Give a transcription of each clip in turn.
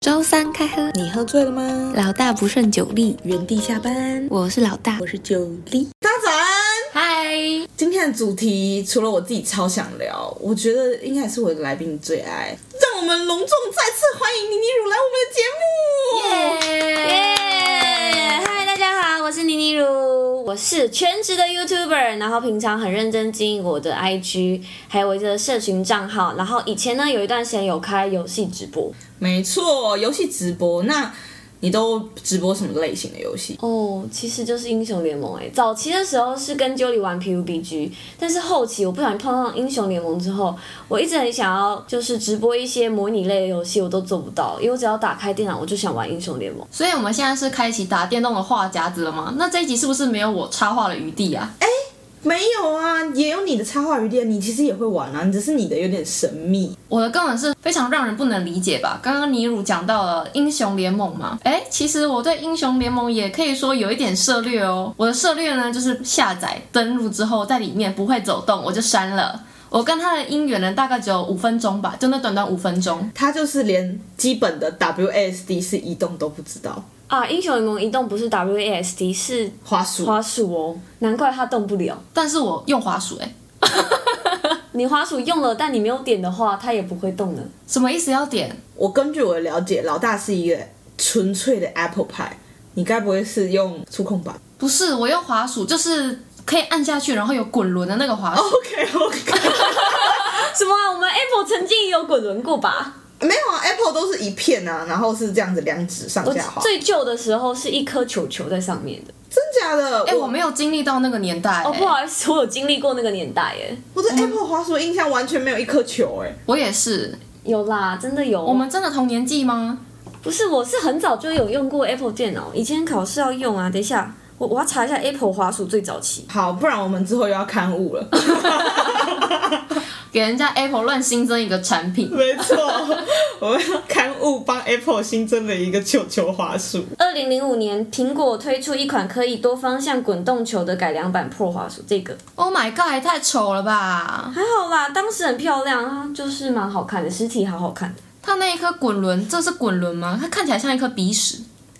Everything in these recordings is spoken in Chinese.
周三开喝， 你喝醉了吗？ 老大不顺酒力， 原地下班。 我是老大， 我是九力。大家早安。 嗨， 今天的主题除了我自己超想聊，我觉得应该是我的来宾最爱。让我们隆重再次欢迎妮妮乳来我们的节目。 耶！嗨，大家好，我是妮妮乳，我是全职的 YouTuber， 然后平常很认真经营我的 IG， 还有我的社群账号，然后以前呢有一段时间有开游戏直播。 没错，游戏直播。那你都直播什么类型的游戏？ 其实就是英雄联盟。早期的时候是跟 Julie 玩 PUBG， 但是后期我不小心碰上英雄联盟之后，我一直很想要就是直播一些模拟类的游戏，我都做不到，因为我只要打开电脑我就想玩英雄联盟。 所以我们现在是开启打电动的话匣子了吗？那这一集是不是没有我插话的余地啊？ 没有啊，也有你的插画余地，你其实也会玩啊，只是你的有点神秘。 我的根本是非常让人不能理解吧。刚刚妮乳讲到了英雄联盟嘛，其实我对英雄联盟也可以说有一点涉略哦。我的涉略呢，就是下载登录之后在里面不会走动我就删了。我跟他的姻缘呢，大概只有5分钟吧，就那短短5分钟。 他就是连基本的 WASD 是移动都不知道啊！英雄联盟移动不是 WASD 是滑鼠哦，难怪它动不了。 但是我用滑鼠你滑鼠用了，但你没有点的话，它也不会动的。 什么意思要点？ 我根据我的了解，老大是一个纯粹的 Apple 派，你该不会是用触控板？ 不是，我用滑鼠，就是可以按下去，然后有滚轮的那个滑鼠。 OK。 什么啊？我们 Apple 曾经也有滚轮过吧？ 没有啊 ，Apple 都是一片啊，然后是这样子两指上下滑。 最旧的时候是一颗球球在上面的。 真假的？ 我没有经历到那个年代。 不好意思，我有经历过那个年代耶。 我的 Apple 滑鼠的印象完全没有一颗球我也是。 有啦，真的有。 我们真的同年纪吗？ 不是，我是很早就有用过 Apple 电脑，以前考试要用啊。等一下，我要查一下 Apple 滑鼠最早期。 好，不然我们之后又要刊物了。 给人家 Apple 乱新增一个产品。 没错，我们要刊物帮 Apple 新增了一个球球滑鼠。 2005年，苹果推出一款可以多方向滚动球的改良版 Pro 滑鼠，这个 Oh my god， 也太丑了吧！ 还好啦，当时很漂亮，它就是蛮好看的，实体好好看。 它那一颗滚轮，这是滚轮吗？它看起来像一颗鼻屎。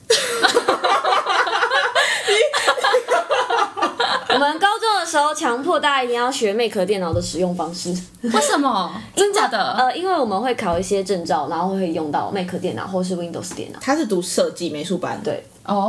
我们高中的时候强迫大家一定要学 Mac 电脑的使用方式。 为什么？真假的？ 因为我们会考一些证照，然后会用到 Mac 电脑或是 Windows 电脑。 他是读设计美术班。 对。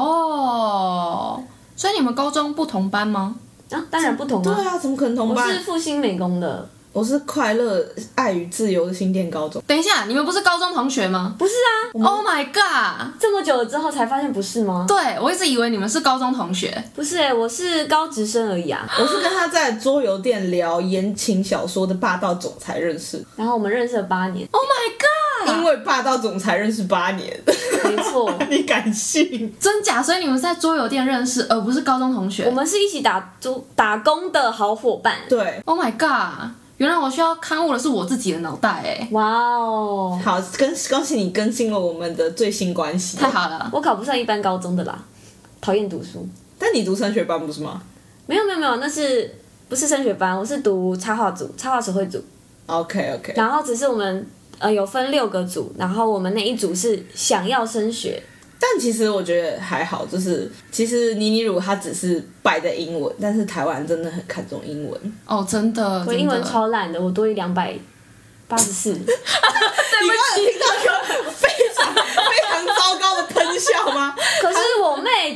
所以你们高中不同班吗？ 当然不同啊。 对啊，怎么可能同班？ 我是复兴美工的。 我是快乐爱与自由的新店高中。 等一下，你们不是高中同学吗？ 不是啊。 Oh my god！ 这么久了之后才发现不是吗？ 对，我一直以为你们是高中同学。 不是我是高职生而已啊。 我是跟他在桌游店聊言情小说的霸道总裁认识， 然后我们认识了8年。 Oh my god！ 因为霸道总裁认识8年。 没错。 你敢信？ 真假？所以你们是在桌游店认识，而不是高中同学。 我们是一起打工的好伙伴。 对。 Oh my god！原来我需要刊物的是我自己的脑袋哇哦！ 好，恭喜你更新了我们的最新关系。 太好了。 我考不上一般高中的啦，讨厌读书。 但你读升学班不是吗？ 没有，那是不是升学班？我是读插画组，插画手绘组。 OK。 然后只是我们有分6个组，然后我们那一组是想要升学。 但其实我觉得还好，就是其实妮妮乳她只是败在英文，但是台湾真的很看重英文。 真的。 我英文超烂的，我多于284。 对不起，你刚才听到一个非常糟糕的喷笑吗？ 可是我妹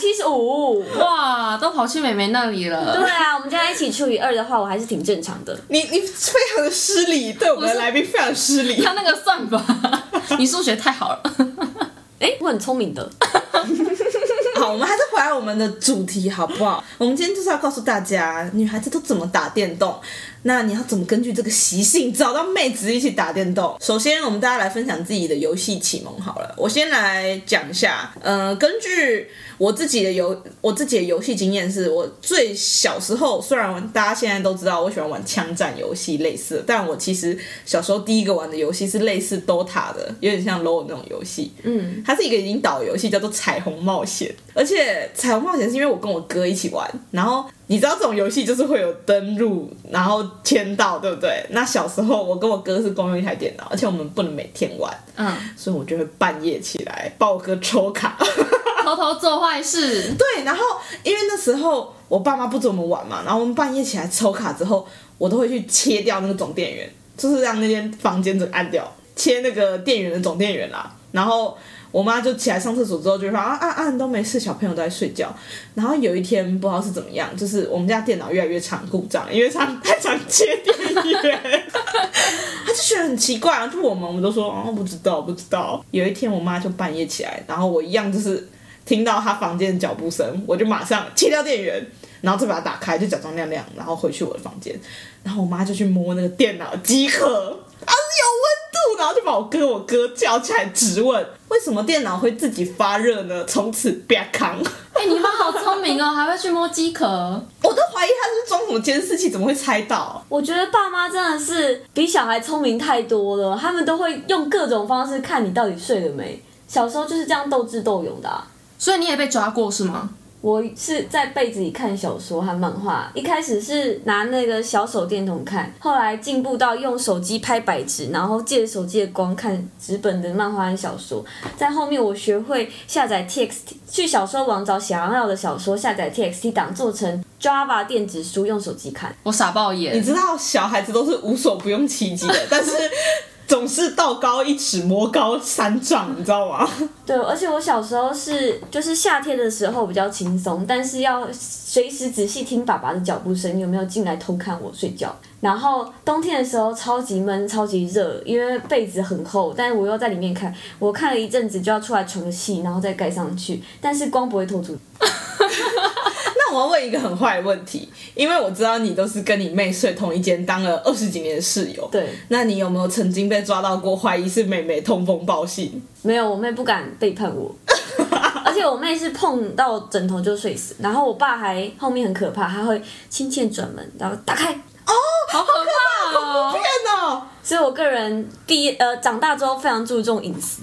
975。 哇，都跑去妹妹那里了。 对啊，我们家一起除以2的话，我还是挺正常的。 你非常的失礼，对我们的来宾非常失礼。 他那个算法，你数学太好了。 我很聪明的。 好，我们还是回来我们的主题好不好？我们今天就是要告诉大家，女孩子都怎么打电动。那你要怎么根据这个习性找到妹子一起打电动？首先，我们大家来分享自己的游戏启蒙好了。我先来讲一下，根据我自己的游戏经验，是我最小时候，虽然大家现在都知道我喜欢玩枪战游戏类似的，但我其实小时候第一个玩的游戏是类似 Dota 的，有点像 LOL 那种游戏。它是一个已经倒的游戏，叫做彩虹冒险。而且彩虹冒险是因为我跟我哥一起玩，然后你知道这种游戏就是会有登入，然后签到，对不对？那小时候我跟我哥是共用一台电脑，而且我们不能每天玩，所以我就会半夜起来帮我哥抽卡， 偷偷做坏事。 对，然后因为那时候我爸妈不准我们玩嘛，然后我们半夜起来抽卡之后，我都会去切掉那个总电源，就是让那间房间整个按掉，切那个电源的总电源啦，然后我妈就起来上厕所之后就会说按都没事，小朋友都在睡觉。然后有一天不知道是怎么样，就是我们家电脑越来越常故障，因为太常切电源，他就觉得很奇怪，然后就我们都说不知道。有一天我妈就半夜起来，然后我一样就是听到她房间的脚步声，我就马上切掉电源，然后再把它打开，就假装亮亮，然后回去我的房间，然后我妈就去摸那个电脑机壳，有温度，然后就把我哥叫起来质问，为什么电脑会自己发热呢？从此啪康。 你妈好聪明哦，还会去摸机壳。 我都怀疑她是装什么监视器，怎么会猜到？ 我觉得爸妈真的是比小孩聪明太多了，他们都会用各种方式看你到底睡了没。小时候就是这样斗智斗勇的所以你也被抓过是吗？ 我是在被子里看小说和漫画，一开始是拿那个小手电筒看，后来进步到用手机拍白纸，然后借手机的光看纸本的漫画和小说。在后面我学会下载 TXT， 去小说网找想要的小说，下载 TXT 档做成 Java 电子书，用手机看。 我傻爆眼。 你知道小孩子都是无所不用其极的，但是总是道高一尺，魔高三丈，你知道吗？ 对，而且我小时候就是夏天的时候比较轻松，但是要随时仔细听爸爸的脚步声，有没有进来偷看我睡觉。然后冬天的时候超级闷、超级热，因为被子很厚，但是我又在里面看，我看了一阵子就要出来喘个气，然后再盖上去，但是光不会透出。 那我要问一个很坏的问题，因为我知道你都是跟你妹睡同一间，当了20几年的室友。 对。 那你有没有曾经被抓到过，怀疑是妹妹通风报信？ 没有，我妹不敢背叛我。而且我妹是碰到枕头就睡死，然后我爸还后面很可怕，他会轻轻转门，然后打开。 好可怕哦！ 天哪！ 所以我个人长大之后非常注重隐私。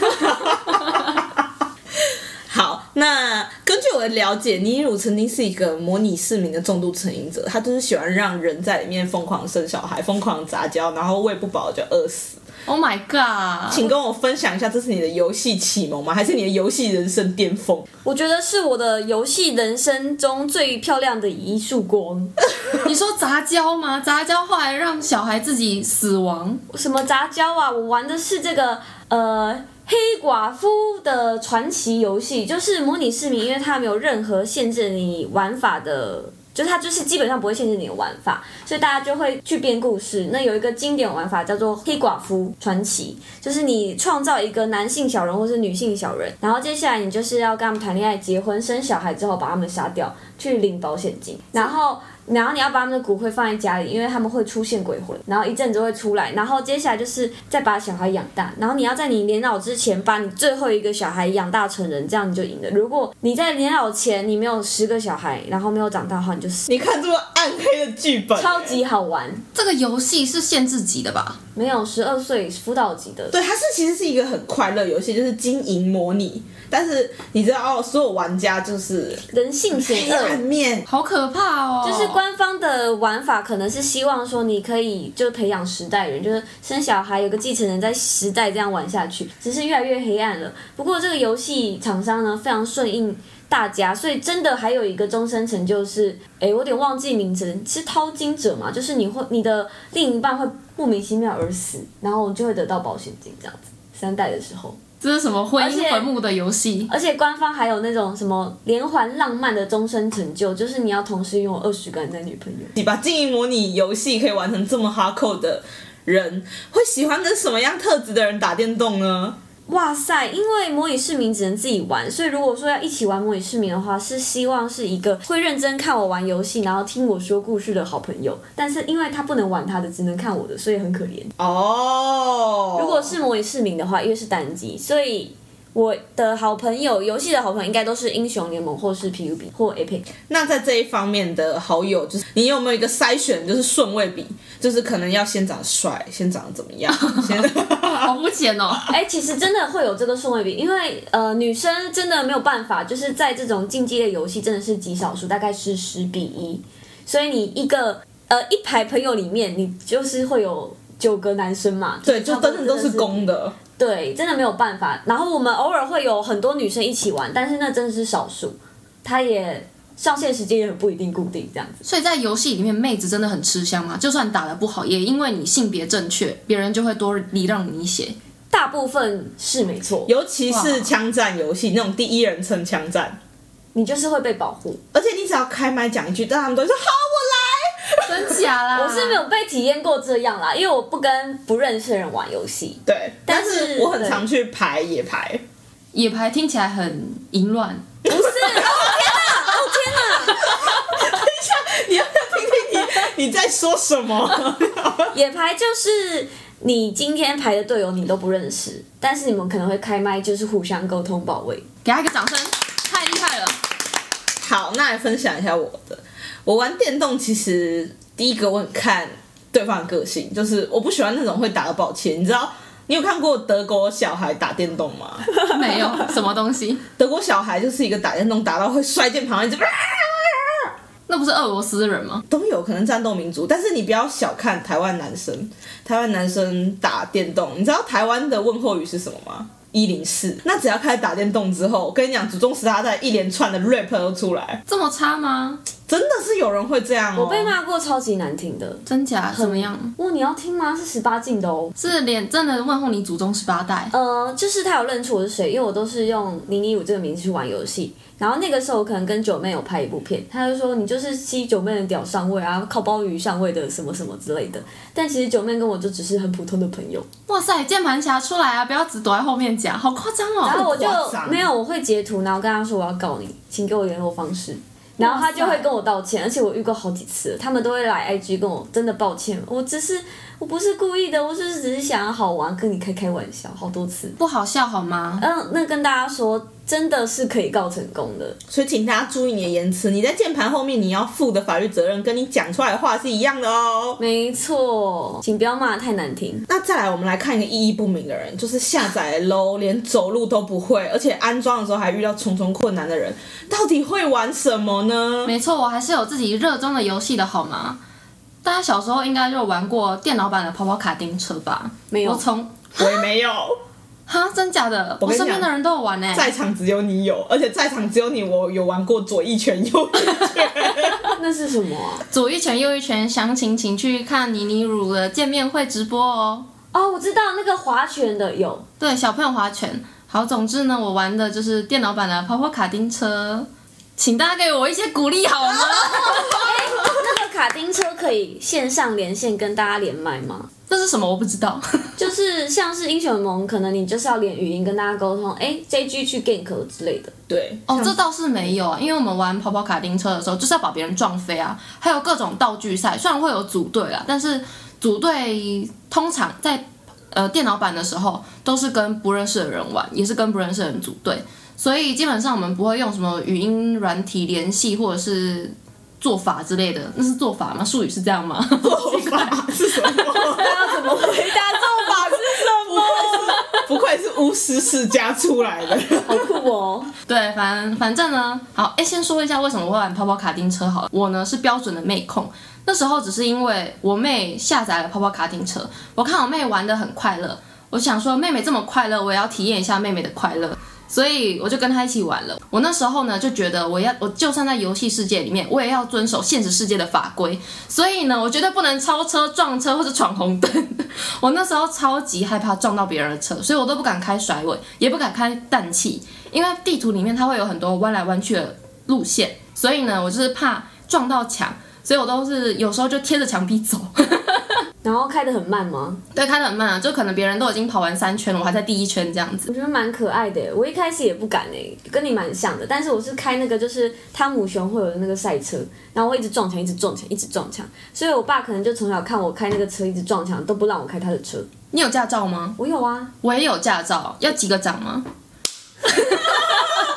好，那根据我的了解，倪汝曾经是一个模拟市民的重度成瘾者，他就是喜欢让人在里面疯狂生小孩、疯狂杂交，然后喂不饱就饿死。 Oh my god！ 请跟我分享一下，这是你的游戏启蒙吗？还是你的游戏人生巅峰？ 我觉得是我的游戏人生中最漂亮的一束光。 你说杂交吗？杂交后来让小孩自己死亡？ 什么杂交啊？我玩的是这个黑寡妇的传奇游戏，就是模拟市民，因为它没有任何限制你玩法的。就是它就是基本上不会限制你的玩法，所以大家就会去编故事。那有一个经典玩法叫做黑寡妇传奇，就是你创造一个男性小人或是女性小人，然后接下来你就是要跟他们谈恋爱、结婚、生小孩之后把他们杀掉，去领保险金，然后你要把他们的骨灰放在家里，因为他们会出现鬼魂，然后一阵子会出来，然后接下来就是再把小孩养大，然后你要在你年老之前把你最后一个小孩养大成人，这样你就赢了。如果你在年老前你没有10个小孩，然后没有长大的话，你就死。 你看这么暗黑的剧本， 超级好玩。 这个游戏是限制级的吧？ 没有12岁辅导级的。 对，它其实是一个很快乐游戏，就是经营模拟。但是你知道所有玩家就是人性险恶， 黑暗面， 好可怕哦！ 就是官方的玩法可能是希望说你可以就培养10代人，就是生小孩有个继承人，在10代这样玩下去，只是越来越黑暗了。不过这个游戏厂商呢非常顺应大家，所以真的还有一个终身成就是我有点忘记名字，是淘金者嘛，就是你的另一半会莫名其妙而死，然后就会得到保险金这样子。3代的时候， 这是什么婚姻坟墓的游戏？ 而且官方还有那种什么连环浪漫的终身成就，就是你要同时拥有20个男女朋友。 你把经营模拟游戏可以玩成这么 hardcore 的人，会喜欢跟什么样特质的人打电动呢？ 哇塞，因为模拟市民只能自己玩，所以如果说要一起玩模拟市民的话，是希望是一个会认真看我玩游戏，然后听我说故事的好朋友。但是因为他不能玩他的，只能看我的，所以很可怜。如果是模拟市民的话，因为是单机，所以我的好朋友，游戏的好朋友应该都是英雄联盟或是 PUB 或 Epic。 那在这一方面的好友，就是你有没有一个筛选，就是顺位比，就是可能要先长得帅，先长得怎么样，先好肤浅哦。 其实真的会有这个顺位比，因为女生真的没有办法，就是在这种竞技类游戏真的是极少数，大概是10:1，所以你一排朋友里面，你就是会有9个男生嘛， 对，就真的都是公的。 对，真的没有办法。然后我们偶尔会有很多女生一起玩，但是那真的是少数，她也上线时间也很不一定固定这样子。 所以在游戏里面，妹子真的很吃香嘛。就算打得不好，也因为你性别正确，别人就会多礼让你一些。 大部分是没错， 尤其是枪战游戏那种第一人称枪战， 你就是会被保护。 而且你只要开麦讲一句，大家们都会说好，我来。 真假啦？ 我是没有被体验过这样啦，因为我不跟不认识的人玩游戏。 对，但是是我很常去排野排。 野排听起来很淫乱。 不是，天哪！ 等一下，你要不要听听你在说什么？ 野排就是你今天排的队友你都不认识，但是你们可能会开麦，就是互相沟通保卫。 给他一个掌声，太厉害了。 好，那来分享一下我的。我玩电动其实第一个我很看对方的个性，就是我不喜欢那种会打个抱歉。你知道你有看过德国小孩打电动吗？ 没有什么东西。 德国小孩就是一个打电动打到会摔键盘，一直那不是俄罗斯人吗？ 都有可能战斗民族，但是你不要小看台湾男生。台湾男生打电动，你知道台湾的问候语是什么吗？104。那只要开始打电动之后，我跟你讲，祖宗十八代一连串的 rap 都出来， 这么差吗？ 真的是有人会这样哦。 我被骂过超级难听的。 真假？怎么样？ 哇，你要听吗？是18禁的哦。 是连真的问候你祖宗18代？ 就是他有认出我是谁，因为我都是用妮妮乳这个名字去玩游戏。然后那个时候我可能跟九妹有拍一部片，他就说你就是吸九妹的屌上位啊，靠鲍鱼上位的什么什么之类的。但其实九妹跟我就只是很普通的朋友。 哇塞，键盘侠出来啊！不要只躲在后面讲，好夸张哦。 然后我就夸张没有，我会截图，然后跟他说我要告你，请给我联络方式。然后他就会跟我道歉，而且我遇过好几次了，他们都会来 IG 跟我真的抱歉，我不是故意的，我只是想要好玩，跟你开开玩笑，好多次。 不好笑好吗？ 那跟大家说，真的是可以告成功的。 所以请大家注意你的言辞，你在键盘后面你要负的法律责任跟你讲出来的话是一样的哦。 没错，请不要骂得太难听。 那再来，我们来看一个意义不明的人，就是下载 LOL 连走路都不会，而且安装的时候还遇到重重困难的人，到底会玩什么呢？ 没错，我还是有自己热衷的游戏的好吗？大家小时候应该就玩过电脑版的跑跑卡丁车吧？ 没有， 我也没有。 哈，真假的？我跟你讲身边的人都有玩欸。 在场只有你有，而且在场只有你，我有玩过左一拳右一拳。 那是什么啊？ 左一拳右一拳，详情请去看妮妮乳的见面会直播哦。 哦，我知道那个划拳的有， 对，小朋友划拳。好，总之呢，我玩的就是电脑版的跑跑卡丁车，请大家给我一些鼓励好吗？ 那个卡丁车可以线上连线跟大家连麦吗？ 这是什么？我不知道。 就是像是英雄联盟，可能你就是要连语音跟大家沟通，JG 去 gank 之类的。 对， 哦，这倒是没有啊，因为我们玩跑跑卡丁车的时候，就是要把别人撞飞啊，还有各种道具赛，虽然会有组队啦，但是组队通常在电脑版的时候都是跟不认识的人玩，也是跟不认识的人组队，所以基本上我们不会用什么语音软体联系或者是做法之类的。那是做法吗？术语是这样吗？ 做法是什么？ 要怎么回答做法是什么？ 不愧是巫师世家出来的， 好酷哦！ 对，反正呢，好，先说一下为什么我会玩跑跑卡丁车好了。我呢是标准的妹控，那时候只是因为我妹下载了跑跑卡丁车，我看我妹玩得很快乐，我想说妹妹这么快乐，我也要体验一下妹妹的快乐。所以我就跟她一起玩了。我那时候呢就觉得我就算在游戏世界里面，我也要遵守现实世界的法规。所以呢，我绝对不能超车、撞车或者闯红灯。我那时候超级害怕撞到别人的车，所以我都不敢开甩尾，也不敢开氮气，因为地图里面它会有很多弯来弯去的路线。所以呢，我就是怕撞到墙，所以我都是有时候就贴着墙壁走。 然后开得很慢吗？ 对，开得很慢啊，就可能别人都已经跑完3圈了，我还在第1圈这样子。 我觉得蛮可爱的耶，我一开始也不敢跟你蛮像的，但是我是开那个就是汤姆熊会有的那个赛车，然后我一直撞墙，一直撞墙，一直撞墙，所以我爸可能就从小看我开那个车一直撞墙，都不让我开他的车。 你有驾照吗？ 我有啊。 我也有驾照，要几个掌吗？ 就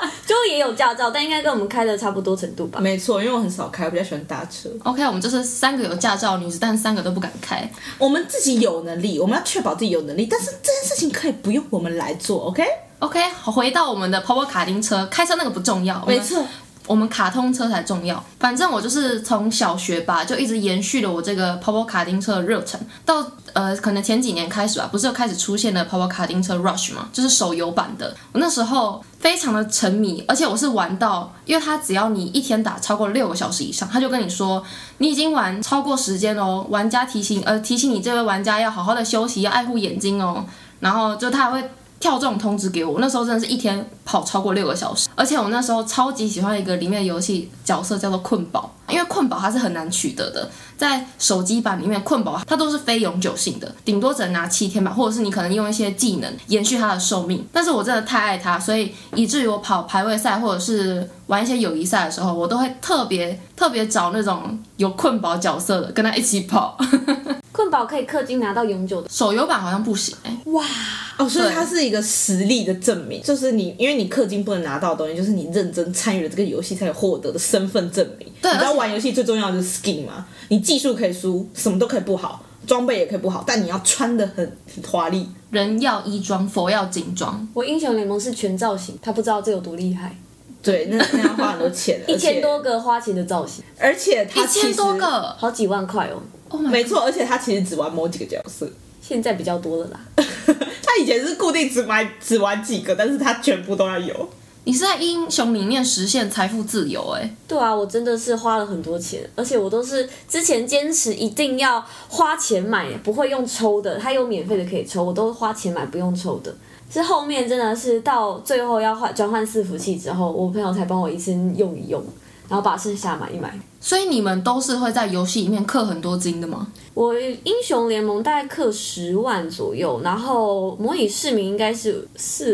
也有驾照，但应该跟我们开的差不多程度吧。 没错，因为我很少开，我比较喜欢搭车。 OK， 我们就是3个有驾照的女子，但3个都不敢开。 我们自己有能力，我们要确保自己有能力，但是这件事情可以不用我们来做 ，OK？OK， 回到我们的跑跑卡丁车，开车那个不重要， 没错。 我们卡通车才重要。反正我就是从小学吧，就一直延续了我这个跑跑卡丁车的热忱。到可能前几年开始吧，不是又开始出现了跑跑卡丁车 Rush 嘛，就是手游版的。我那时候非常的沉迷，而且我是玩到，因为他只要你一天打超过6个小时以上，他就跟你说你已经玩超过时间哦，玩家提醒你这位玩家要好好的休息，要爱护眼睛哦。然后就他还会跳这种通知给我，那时候真的是一天跑超过6个小时，而且我那时候超级喜欢一个里面的游戏角色叫做困宝，因为困宝它是很难取得的，在手机版里面困宝它都是非永久性的，顶多只能拿7天吧，或者是你可能用一些技能延续它的寿命。但是我真的太爱它，所以以至于我跑排位赛或者是玩一些友谊赛的时候，我都会特别找那种有困宝角色的跟他一起跑。 困宝可以氪金拿到永久的， 手游版好像不行哇哦，所以它是一个实力的证明，就是你因为你氪金不能拿到的东西，就是你认真参与了这个游戏才有获得的身份证明。 对， 你知道玩游戏最重要的就是 skin 嘛，你技术可以输，什么都可以不好，装备也可以不好，但你要穿得很华丽。 人要衣装，佛要金装。 我英雄联盟是全造型，他不知道这有多厉害。 对，那要花很多钱 ，1000多个花钱的造型， 而且它其实 1000多个， 好几万块哦。 没错，而且他其实只玩某几个角色， 现在比较多了啦。 他以前是固定只玩几个，但是他全部都要有。 你是在英雄里面实现财富自由对啊，我真的是花了很多钱，而且我都是之前坚持一定要花钱买，不会用抽的，它有免费的可以抽，我都花钱买不用抽的。是后面真的是到最后要转换伺服器之后，我朋友才帮我一次用一用，然后把剩下买一买。 所以你们都是会在游戏里面氪很多金的吗？ 我英雄联盟大概氪10万左右，然后模拟市民应该是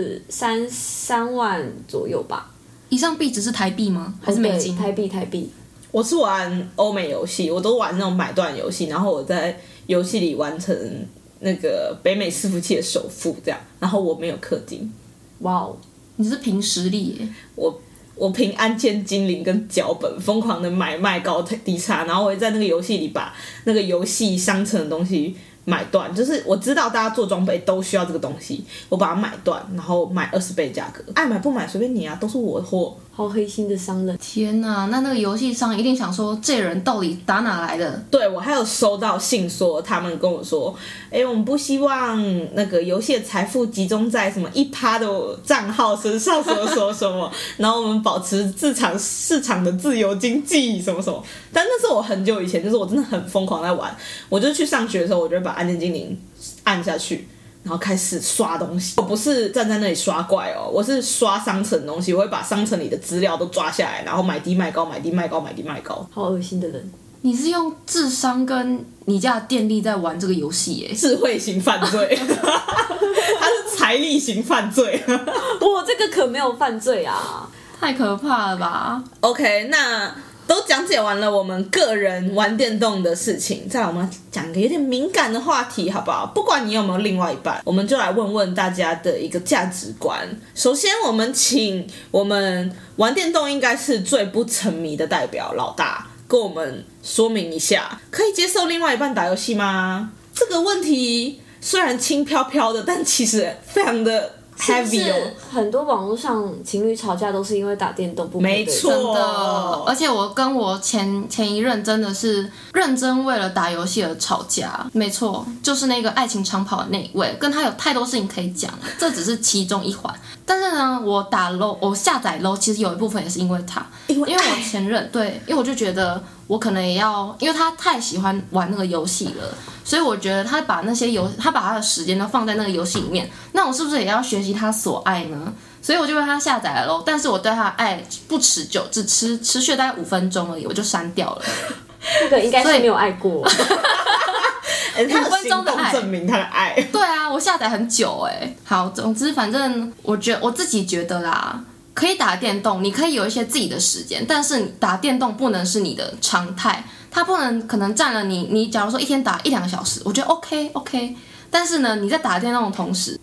3万左右吧。 以上币值是台币吗？还是美金？ 台币。 我是玩欧美游戏，我都玩那种买断游戏，然后我在游戏里完成那个北美伺服器的首富这样，然后我没有氪金。 哇哦， 你是凭实力耶。 我凭按键精灵跟脚本疯狂的买卖高低差，然后我会在那个游戏里把那个游戏商城的东西买断，就是我知道大家做装备都需要这个东西，我把它买断，然后买20倍价格，爱买不买随便你啊，都是我的货。 好黑心的商人！ 天哪，那个游戏商一定想说这人到底打哪来的？ 对，我还有收到信说他们跟我说，我们不希望那个游戏的财富集中在什么1%的账号身上，什么什么，然后我们保持市场的自由经济什么什么。但那是我很久以前，就是我真的很疯狂在玩，我就去上学的时候，我就会把按键精灵按下去。然后开始刷东西，我不是站在那里刷怪哦，我是刷商城的东西，我会把商城里的资料都抓下来，然后买低卖高，买低卖高，买低卖高。 好恶心的人！ 你是用智商跟你家的电力在玩这个游戏耶？ 智慧型犯罪，他是财力型犯罪。 我这个可没有犯罪啊， 太可怕了吧 ？OK， 那都讲解完了我们个人玩电动的事情，再来我们讲一个有点敏感的话题好不好？不管你有没有另外一半，我们就来问问大家的一个价值观。首先我们请我们玩电动应该是最不沉迷的代表老大跟我们说明一下，可以接受另外一半打游戏吗？这个问题虽然轻飘飘的，但其实非常的heavy 哦。 很多网络上情侣吵架都是因为打电动不配对。 没错， 真的，而且我跟我前一任真的是认真为了打游戏而吵架。没错，就是那个爱情长跑的那一位，跟他有太多事情可以讲，这只是其中一环。但是呢，我打 LOL， 我下载 LOL， 其实有一部分也是因为他，因为我前任对，因为我就觉得我可能也要，因为他太喜欢玩那个游戏了，所以我觉得他把他的时间都放在那个游戏里面，那我是不是也要学习他所爱呢？所以我就为他下载了 LOL， 但是我对他的爱不持久，只持续大概5分钟而已，我就删掉了。 那个应该是没有爱过。 他的行动证明他的爱。 对啊，我下载很久好，总之反正我自己觉得啦，可以打电动，你可以有一些自己的时间，但是打电动不能是你的常态，它不能可能占了你假如说一天打1-2个小时，我觉得 OK， 但是呢，你在打电动的同时，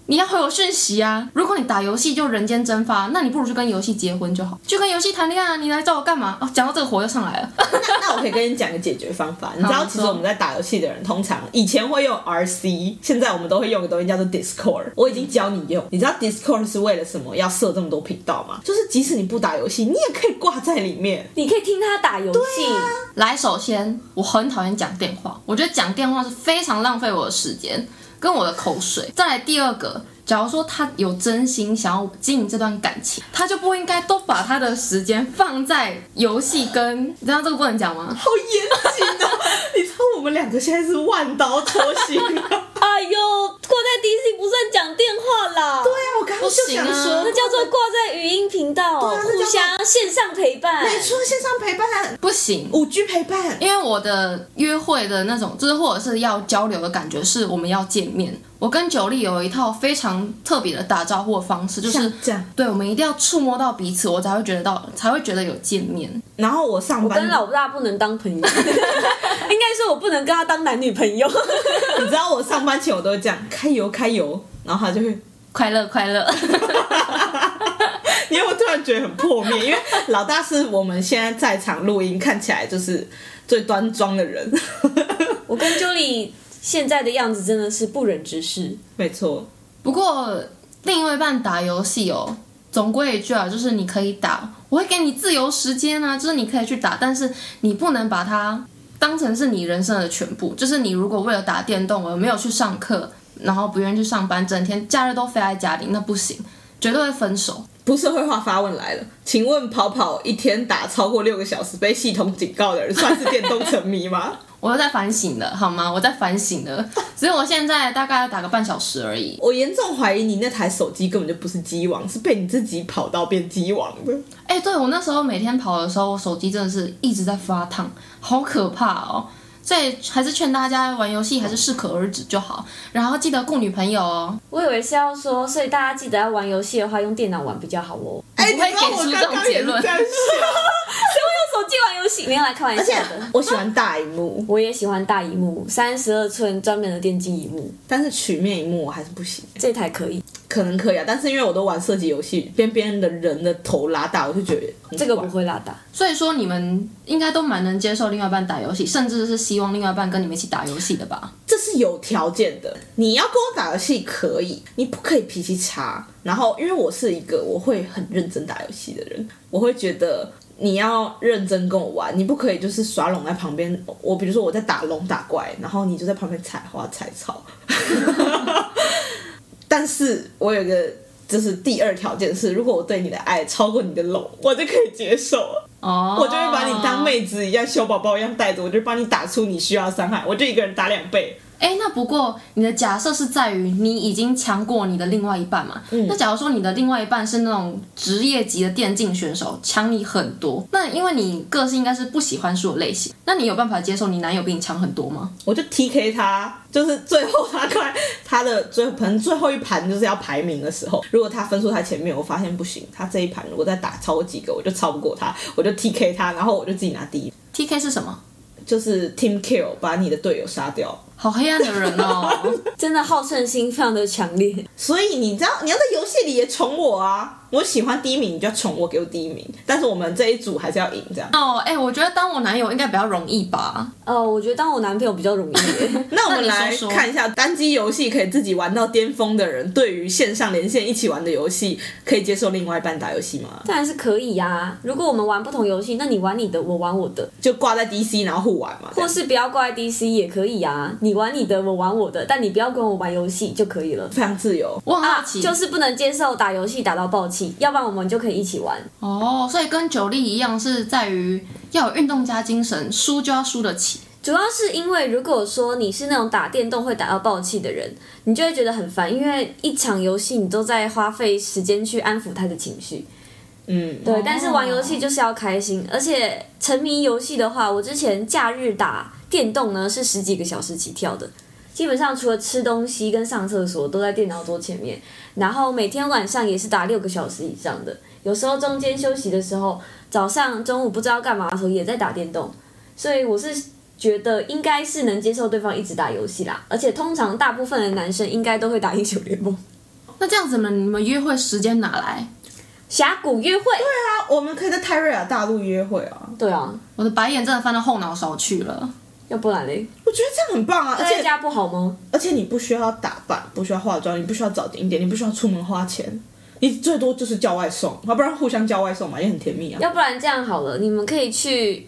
你要回我讯息啊！如果你打游戏就人间蒸发，那你不如就跟游戏结婚就好，就跟游戏谈恋爱啊！你来找我干嘛？哦，讲到这个火又上来了。 那我可以跟你讲个解决方法。你知道，其实我们在打游戏的人，通常以前会用 RC， 现在我们都会用个东西叫做 Discord。我已经教你用。你知道 Discord 是为了什么要设这么多频道吗？就是即使你不打游戏，你也可以挂在里面， 你可以听他打游戏。 来，首先我很讨厌讲电话，我觉得讲电话是非常浪费我的时间跟我的口水。再来第二个，假如说他有真心想要经营这段感情，他就不应该都把他的时间放在游戏跟……你知道这个不能讲吗？ 好严谨哦！你知道我们两个现在是万刀戳心啊！ 哎呦，挂在 DC 不算讲电话啦。 对啊，我刚刚就想说， 那叫做挂在语音频道， 对啊， 互相线上陪伴。 没错，线上陪伴不行 ，5G 陪伴。 因为我的约会的那种，就是或者是要交流的感觉，是我们要见面。我跟九莉有一套非常特别的打招呼的方式，就是这样， 对，我们一定要触摸到彼此，我才会觉得有见面。 然后我上班， 我跟老大不能当朋友，应该说我不能跟他当男女朋友。 你知道我上班前我都会这样开油，然后他就会快乐。 因为我突然觉得很破灭，因为老大是我们现在在场录音看起来就是最端庄的人。 我跟 Julie 现在的样子真的是不忍直视。 没错， 不过另外一半打游戏哦，总归一句啊，就是你可以打，我会给你自由时间啊，就是你可以去打，但是你不能把它当成是你人生的全部。就是你如果为了打电动而没有去上课，然后不愿意去上班，整天假日都飞在家里，那不行，绝对会分手。 不社会化发问来了，请问跑一天打超过6个小时被系统警告的人算是电动沉迷吗？ 我又在反省了，好吗？我在反省了，只是我现在大概打个半小时而已。 我严重怀疑你那台手机根本就不是机王，是被你自己跑到变机王的。 对，我那时候每天跑的时候，我手机真的是一直在发烫，好可怕哦。所以还是劝大家玩游戏还是适可而止就好，然后记得顾女朋友哦。 我以为是要说，所以大家记得要玩游戏的话，用电脑玩比较好哦。 不会给出这种结论。 谁会用手机玩游戏？没有来开玩笑的。 我喜欢大荧幕， 我也喜欢大荧幕，32寸专门的电竞荧幕。 但是曲面荧幕我还是不行。 这台可以， 可能可以啊，但是因为我都玩射击游戏，边边的人的头拉大，我就觉得这个不会拉大。 所以说你们应该都蛮能接受另外一半打游戏，甚至是希望另外一半跟你们一起打游戏的吧？ 这是有条件的，你要跟我打游戏可以，你不可以脾气差。然后因为我是一个我会很认真打游戏的人，我会觉得你要认真跟我玩，你不可以就是耍拢在旁边。我比如说我在打龙打怪，然后你就在旁边采花采草。但是我有一个就是第二条件是，如果我对你的爱超过你的龙，我就可以接受了。我就会把你当妹子一样，小宝宝一样带着，我就帮你打出你需要的伤害，我就一个人打2倍。 那不过你的假设是在于你已经强过你的另外一半嘛？那假如说你的另外一半是那种职业级的电竞选手，强你很多，那因为你个性应该是不喜欢输的类型，那你有办法接受你男友比你强很多吗？ 我就 TK 他，就是最后他的可能最后一盘就是要排名的时候，如果他分数在前面，我发现不行，他这一盘如果再打超过几个，我就超不过他，我就 TK 他，然后我就自己拿第一。 TK 是什么？ 就是 Team Kill， 把你的队友杀掉。 好黑暗的人哦。 真的好胜心非常的强烈。 所以你知道你要在游戏里也宠我啊，我喜欢第一名你就要宠我，给我第一名，但是我们这一组还是要赢这样。 我觉得当我男友应该比较容易吧。 我觉得当我男朋友比较容易。 那我们来看一下单机游戏可以自己玩到巅峰的人，对于线上连线一起玩的游戏，可以接受另外一半打游戏吗？ 当然是可以啊，如果我们玩不同游戏，那你玩你的，我玩我的， 就挂在 DC 然后互玩嘛， 或是不要挂在 DC 也可以啊，你玩你的，我玩我的，但你不要跟我玩游戏就可以了， 非常自由。 我很好奇， 就是不能接受打游戏打到爆气，要不然我们就可以一起玩。 所以跟九力一样，是在于要有运动加精神，输就要输得起。 主要是因为如果说你是那种打电动会打到爆气的人，你就会觉得很烦，因为一场游戏你都在花费时间去安抚他的情绪。对，但是玩游戏就是要开心，而且沉迷游戏的话，我之前假日打电动呢是10几个小时起跳的，基本上除了吃东西跟上厕所都在电脑桌前面，然后每天晚上也是打6个小时以上的，有时候中间休息的时候，早上中午不知道干嘛的时候也在打电动，所以我是觉得应该是能接受对方一直打游戏啦，而且通常大部分的男生应该都会打英雄联盟。 那这样子呢，你们约会时间哪来？ 峡谷约会。 啊，我们可以在泰瑞亚大陆约会啊。 对啊， 我的白眼真的翻到后脑勺去了。 要不然嘞？ 我觉得这样很棒啊， 在家不好吗？ 而且你不需要打扮，不需要化妆，你不需要找景点，你不需要出门花钱，你最多就是叫外送，要不然互相叫外送嘛，也很甜蜜啊。 要不然这样好了，你们可以去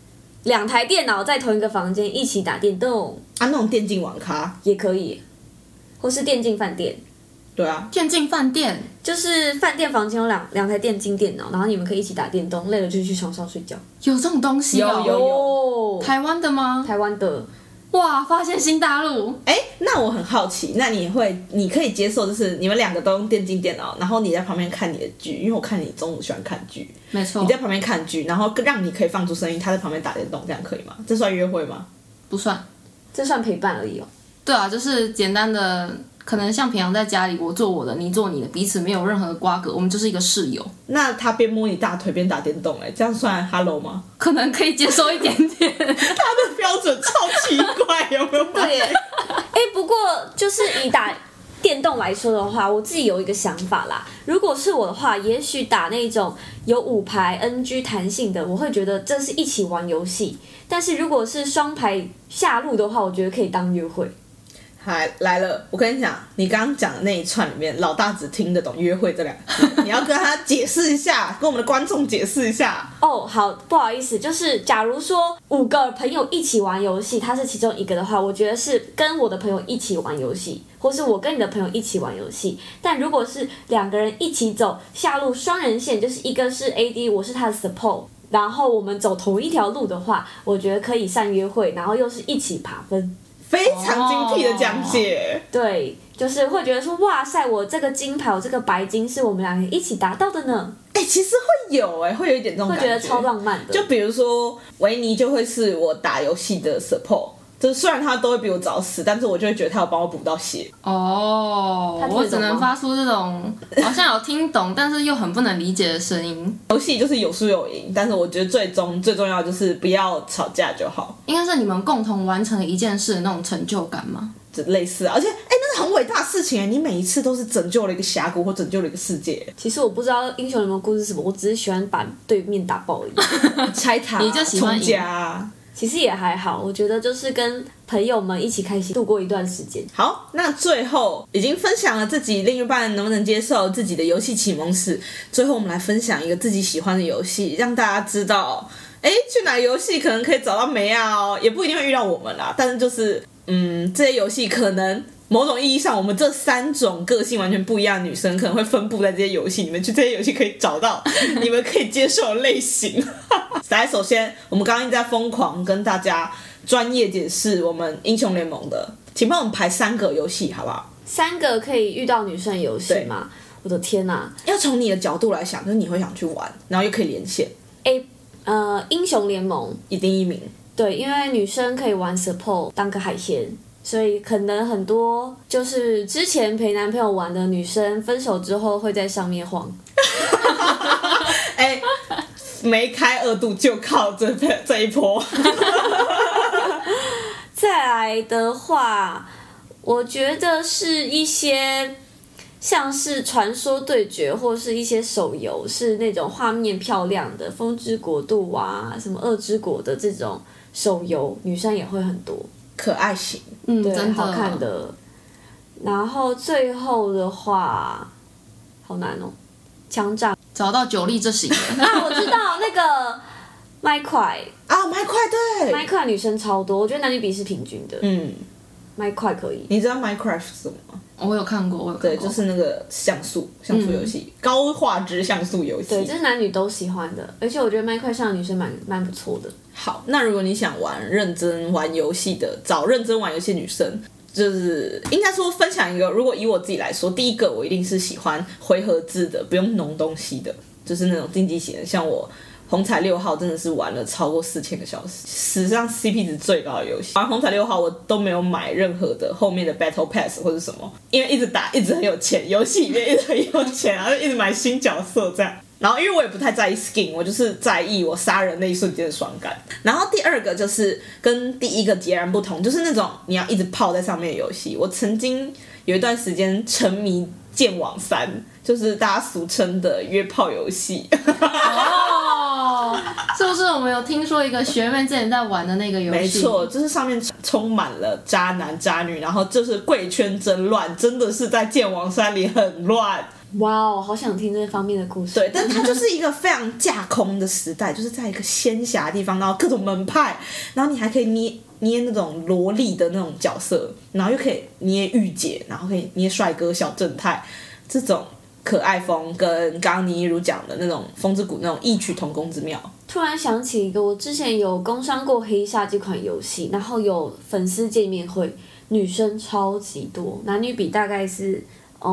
2台电脑在同一个房间一起打电动啊，那种电竞网咖也可以，或是电竞饭店。 对啊， 电竞饭店就是饭店房间有两台电竞电脑，然后你们可以一起打电动，累了就去床上睡觉。 有这种东西哦？ 有台湾的吗？ 台湾的。 哇，发现新大陆。 那我很好奇，那你可以接受就是你们2个都用电竞电脑，然后你在旁边看你的剧，因为我看你中午喜欢看剧， 没错。 你在旁边看剧，然后让你可以放出声音，他在旁边打电动，这样可以吗？这算约会吗？ 不算， 这算陪伴而已哦。 对啊，就是简单的，可能像平常在家里，我做我的，你做你的，彼此没有任何的瓜葛，我们就是一个室友。 那他边摸你大腿边打电动，这样算 hello 吗？ 可能可以接受一点点。 他的标准超奇怪，有没有发现？ 对耶。不过就是以打电动来说的话，我自己有一个想法啦。如果是我的话，也许打那种有5排 NG 弹性的，我会觉得这是一起玩游戏。但是如果是双排下路的话，我觉得可以当约会。 来了，我跟你讲，你刚刚讲的那一串里面，老大只听得懂约会这2个字，你要跟他解释一下，跟我们的观众解释一下。 好，不好意思，就是假如说5个朋友一起玩游戏，他是其中一个的话，我觉得是跟我的朋友一起玩游戏，或是我跟你的朋友一起玩游戏。但如果是2个人一起走下路双人线，就是一个是 AD， 我是他的 support， 然后我们走同一条路的话，我觉得可以算约会，然后又是一起爬分。 非常精辟的讲解。 对，就是会觉得说，哇塞，我这个金牌，我这个白金是我们2个一起达到的呢。 其实会有会有一点这种感觉， 会觉得超浪漫的。 就比如说维尼就会是我打游戏的 support， 就是虽然他都会比我早死，但是我就会觉得他有帮我补到血。 我只能发出这种好像有听懂，但是又很不能理解的声音。 游戏就是有输有赢，但是我觉得最重要就是不要吵架就好。 应该是你们共同完成了一件事的那种成就感吗？ 类似而且那是很伟大的事情你每一次都是拯救了一个峡谷或拯救了一个世界。 其实我不知道英雄联盟故事是什么，我只是喜欢把对面打爆而已。 拆塔你就喜欢冲家其实也还好，我觉得就是跟朋友们一起开心度过一段时间。 好，那最后已经分享了自己另一半能不能接受自己的游戏启蒙史，最后我们来分享一个自己喜欢的游戏，让大家知道去哪个游戏可能可以找到梅啊也不一定会遇到我们啦，但是就是这些游戏可能某种意义上我们这3种个性完全不一样的女生可能会分布在这些游戏里面，去这些游戏可以找到你们可以接受的类型。来，首先我们刚刚一直在疯狂跟大家专业解释我们英雄联盟的，请帮我们排3个游戏好不好 ？3个可以遇到女生的游戏吗？我的天哪！ 要从你的角度来想，就是你会想去玩，然后又可以连线。 英雄联盟一定1名。 对，因为女生可以玩 support 当个海鲜，所以可能很多就是之前陪男朋友玩的女生，分手之后会在上面晃。 没开2度就靠这一波。 再来的话，我觉得是一些像是传说对决或是一些手游，是那种画面漂亮的风之国度啊，什么恶之国的这种手游，女生也会很多， 可爱型， 对， 真的好看的。然后最后的话，好难哦，枪战找到9力这型的。 我知道那个麦块啊，麦块对， 麦块女生超多，我觉得男女比是平均的。麦块可以。 你知道 Minecraft 是什么吗？ 我有看过， 对，就是那个像素游戏，高画质像素游戏。 对，这是男女都喜欢的，而且我觉得麦块上的女生蛮不错的。 好，那如果你想认真玩游戏的，找认真玩游戏女生，就是应该说分享一个，如果以我自己来说，第一个我一定是喜欢回合制的，不用弄东西的，就是那种竞技型的，像我红彩6号真的是玩了超过4000个小时，史上 CP 值最高的游戏。玩红彩6号我都没有买任何的后面的 Battle Pass 或者什么，因为一直打一直很有钱，游戏里面一直很有钱，然后一直买新角色这样。然后因为我也不太在意 skin， 我就是在意我杀人那一瞬间的爽感。然后第二个就是跟第一个截然不同，就是那种你要一直泡在上面的游戏。我曾经有一段时间沉迷剑网3，就是大家俗称的约炮游戏。 哦，是不是我们有听说一个学妹之前在玩的那个游戏？ 没错，就是上面充满了渣男渣女，然后就是贵圈真乱，真的是在剑网3里很乱。 哇哦，好想听这方面的故事。 对，但它就是一个非常架空的时代，就是在一个仙侠的地方，然后各种门派，然后你还可以捏那种萝莉的那种角色，然后又可以捏御姐，然后可以捏帅哥小正太，这种可爱风跟刚刚倪一如讲的那种风之谷那种异曲同工之妙。 突然想起一个，我之前有工商过黑鲨这款游戏，然后有粉丝见面会，女生超级多，男女比大概是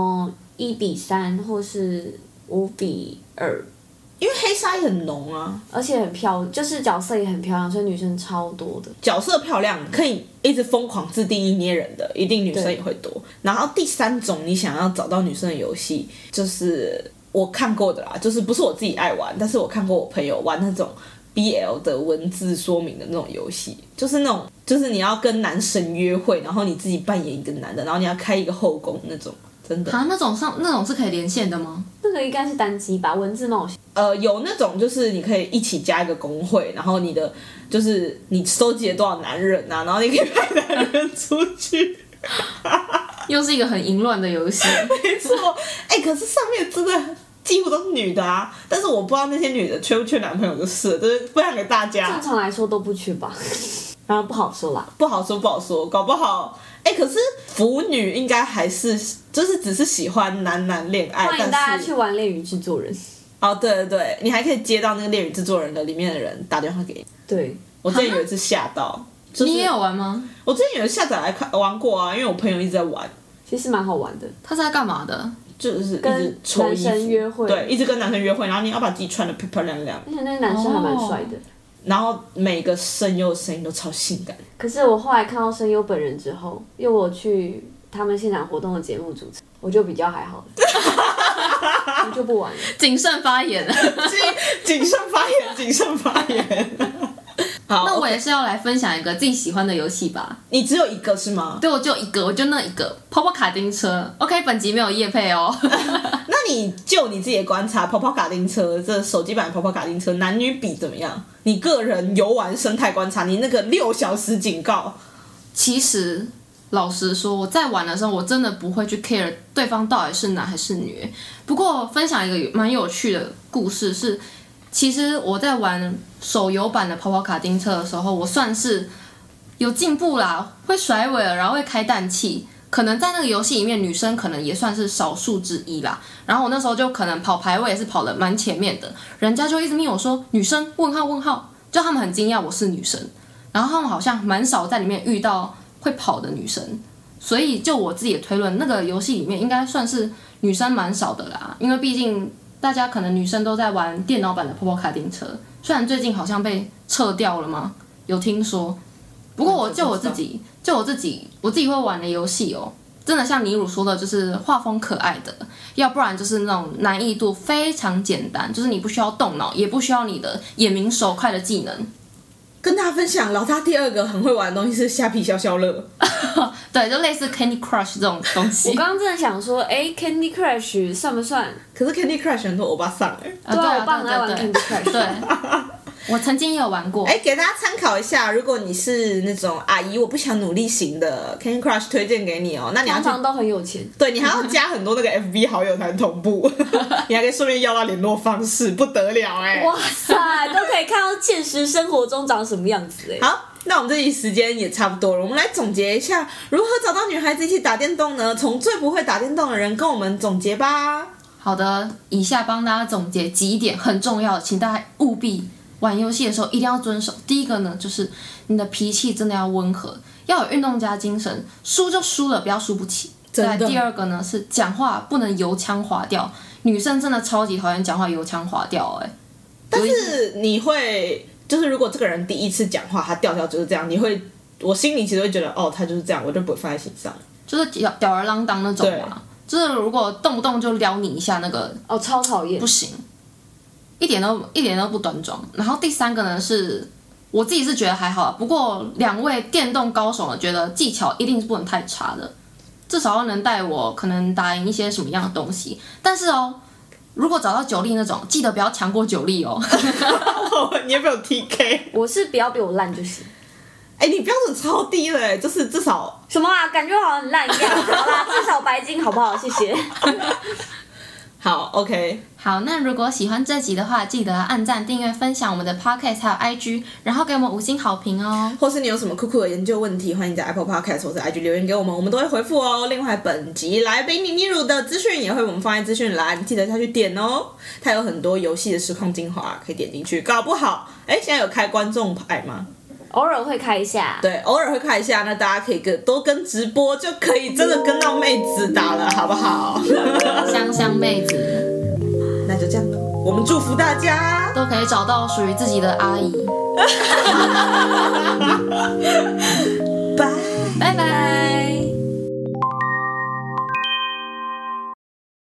1:3或是5:2， 因为黑鲨也很浓啊， 而且很漂亮，就是角色也很漂亮，所以女生超多的。 角色漂亮可以一直疯狂自定义捏人的，一定女生也会多。然后第3种你想要找到女生的游戏，就是我看过的啦，就是不是我自己爱玩，但是我看过我朋友玩那种 BL 的文字说明的那种游戏，就是那种就是你要跟男神约会，然后你自己扮演一个男的，然后你要开一个后宫那种。真的啊，那种是可以连线的吗？ 那个应该是单机吧，文字冒险。 有那种就是你可以一起加一个公会，然后你的就是你收集了多少男人啊，然后你可以派男人出去。 又是一个很淫乱的游戏。 没错，可是上面真的几乎都是女的啊，但是我不知道那些女的缺不缺男朋友就是了，就是分享给大家。 正常来说都不缺吧，然后不好说啦， 不好说，搞不好。可是腐女应该还是就是只是喜欢男恋爱， 欢迎大家去玩《恋与制作人》。 哦，对，你还可以接到那个《恋与制作人》的里面的人打电话给你。 对， 我之前有一次吓到，就是你也有玩吗？ 我之前有下载来玩过啊，因为我朋友一直在玩。 其实蛮好玩的。 他是在干嘛的？ 就是一直跟抽衣服男生约会， 对，一直跟男生约会，然后你要把自己穿得漂漂亮亮， 而且那个男生还蛮帅的。 然后每个声优的声音都超性感。 可是我后来看到声优本人之后，因为我去他们现场活动的节目主持，我就比较还好了，我就不玩了。 谨慎发言。 谨慎发言。好， 那我也是要来分享一个自己喜欢的游戏吧。 你只有一个是吗？ 对，我就一个，我就那一个跑跑卡丁车。OK， 本集没有业配哦。 那你就你自己的观察，跑跑卡丁车这手机版的跑跑卡丁车男女比怎么样？你个人游玩生态观察，你那个6小时警告。 其实老实说，我在玩的时候，我真的不会去 care 对方到底是男还是女。不过分享一个蛮有趣的故事是，其实我在玩手游版的跑跑卡丁车的时候，我算是有进步啦，会甩尾了，然后会开氮气。可能在那个游戏里面，女生可能也算是少数之一啦。然后我那时候就可能跑排位也是跑得蛮前面的，人家就一直命我说女生问号，就他们很惊讶我是女生，然后他们好像蛮少在里面遇到会跑的女生，所以就我自己的推论，那个游戏里面应该算是女生蛮少的啦，因为毕竟大家可能女生都在玩电脑版的跑跑卡丁车，虽然最近好像被撤掉了嘛，有听说。不过我自己会玩的游戏哦，真的像倪汝说的，就是画风可爱的，要不然就是那种难易度非常简单，就是你不需要动脑，也不需要你的眼明手快的技能。 跟大家分享，老大第2个很会玩的东西是虾皮消消乐。 对，就类似 Candy Crush 这种东西。 我刚刚真的想说，Candy Crush 算不算？ 可是 Candy Crush 很多欧巴桑对啊，我爸很爱玩 Candy Crush。 对，我曾经也有玩过。 给大家参考一下，如果你是那种阿姨我不想努力型的 Candy Crush 推荐给你哦。那你要通常都很有钱。 对，你还要加很多那个 FB 好友才能同步，你还可以顺便要到联络方式，不得了哇塞，都可以看到现实生活中长什么样子好，那我们这集时间也差不多了，我们来总结一下如何找到女孩子一起打电动呢？从最不会打电动的人跟我们总结吧。 好的，以下帮大家总结几点很重要的，请大家务必玩游戏的时候一定要遵守。第一个呢，就是你的脾气真的要温和，要有运动家精神，输就输了，不要输不起。再来第2个呢，是讲话不能油腔滑调，女生真的超级讨厌讲话油腔滑调但是你会就是如果这个人第一次讲话他调调就是这样，我心里其实会觉得他就是这样，我就不会放在心上， 就是吊儿郎当那种嘛。就是如果动不动就撩你一下，那个超讨厌， 不行，一点都不端庄。然后第3个呢，是我自己是觉得还好，不过2位电动高手呢，觉得技巧一定是不能太差的。 至少能带我可能打赢一些什么样的东西。但是如果找到9粒那种，记得不要强过9粒哦。 你也没有 TK， 我是不要比我烂就行。 你标准超低了，就是至少什么啊？感觉好像很烂一样。好啦，至少白金好不好？谢谢。 好 OK。 好，那如果喜欢这集的话，记得按赞、订阅、分享我们的 Podcast 还有 IG， 然后给我们5星好评哦。 或是你有什么酷酷的研究问题，欢迎在 Apple Podcast 或者 IG 留言给我们，我们都会回复哦。另外，本集来宾妮妮乳的资讯也会我们放在资讯栏，记得下去点哦。它有很多游戏的实况精华可以点进去，搞不好现在有开观众牌吗？ 偶尔会开一下， 对，偶尔会看一下，那大家可以多跟直播，就可以真的跟到妹子打了，好不好？ 香香妹子， 那就这样，我们祝福大家都可以找到属于自己的阿姨。